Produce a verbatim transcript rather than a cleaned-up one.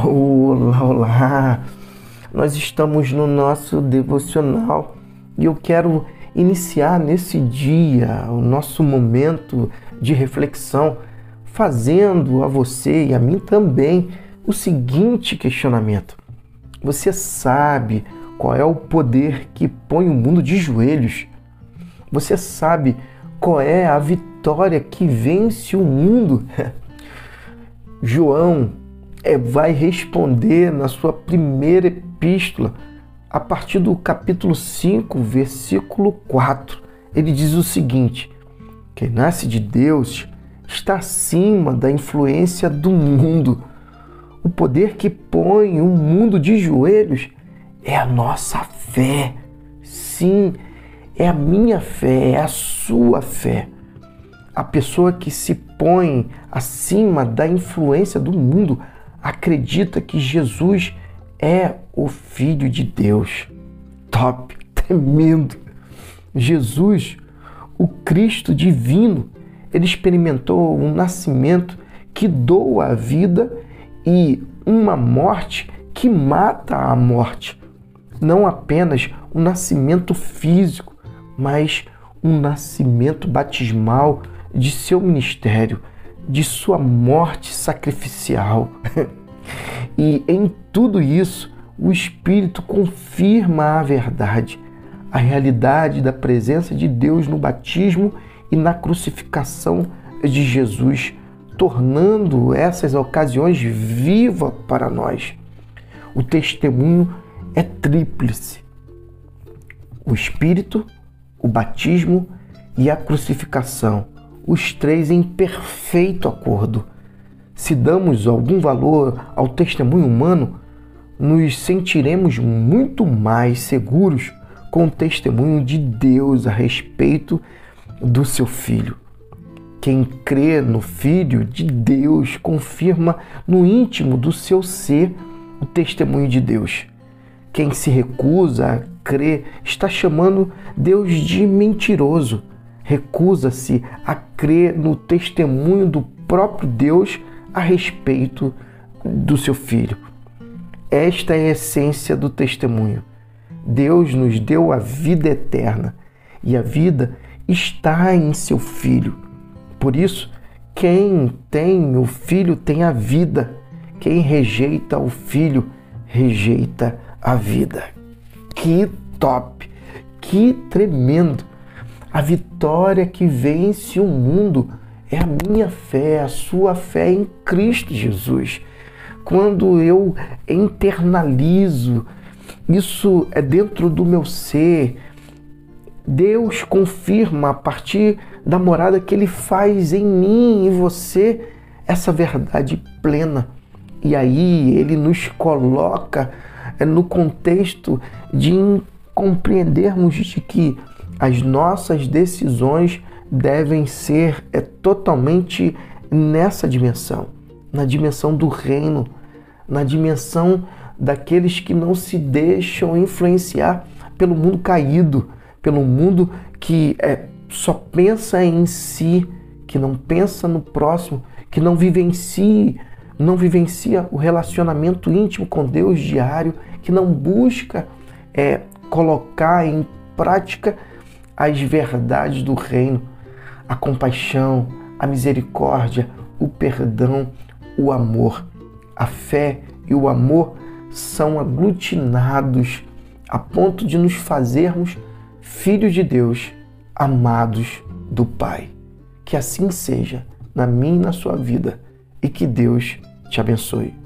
Olá, olá! Nós estamos no nosso devocional e eu quero iniciar nesse dia o nosso momento de reflexão, fazendo a você e a mim também o seguinte questionamento: você sabe qual é o poder que põe o mundo de joelhos? Você sabe qual é a vitória que vence o mundo? João é, vai responder na sua primeira epístola, a partir do capítulo cinco, versículo quatro. Ele diz o seguinte: quem nasce de Deus está acima da influência do mundo. O poder que põe o mundo de joelhos é a nossa fé. Sim, é a minha fé, é a sua fé. A pessoa que se põe acima da influência do mundo acredita que Jesus é o Filho de Deus. Top, tremendo. Jesus, o Cristo divino, ele experimentou um nascimento que doa a vida e uma morte que mata a morte. Não apenas um nascimento físico, mas um nascimento batismal de seu ministério, de sua morte sacrificial. E em tudo isso, o Espírito confirma a verdade, a realidade da presença de Deus no batismo e na crucificação de Jesus, tornando essas ocasiões vivas para nós. O testemunho é tríplice: o Espírito, o batismo e a crucificação, os três em perfeito acordo. Se damos algum valor ao testemunho humano, nos sentiremos muito mais seguros com o testemunho de Deus a respeito do seu Filho. Quem crê no Filho de Deus confirma no íntimo do seu ser o testemunho de Deus. Quem se recusa a crer está chamando Deus de mentiroso. Recusa-se a crer no testemunho do próprio Deus a respeito do seu Filho. Esta é a essência do testemunho. Deus nos deu a vida eterna e a vida está em seu Filho. Por isso, quem tem o Filho tem a vida. Quem rejeita o Filho, rejeita a vida. Que top! Que tremendo! A vitória que vence o mundo é a minha fé, a sua fé em Cristo Jesus. Quando eu internalizo isso é dentro do meu ser, Deus confirma a partir da morada que Ele faz em mim e você essa verdade plena. E aí Ele nos coloca no contexto de compreendermos de que as nossas decisões devem ser é, totalmente nessa dimensão, na dimensão do reino, na dimensão daqueles que não se deixam influenciar pelo mundo caído, pelo mundo que é, só pensa em si, que não pensa no próximo, que não vivencia, não vivencia o relacionamento íntimo com Deus diário, que não busca é, colocar em prática as verdades do reino, a compaixão, a misericórdia, o perdão, o amor. A fé e o amor são aglutinados a ponto de nos fazermos filhos de Deus, amados do Pai. Que assim seja na minha e na sua vida e que Deus te abençoe.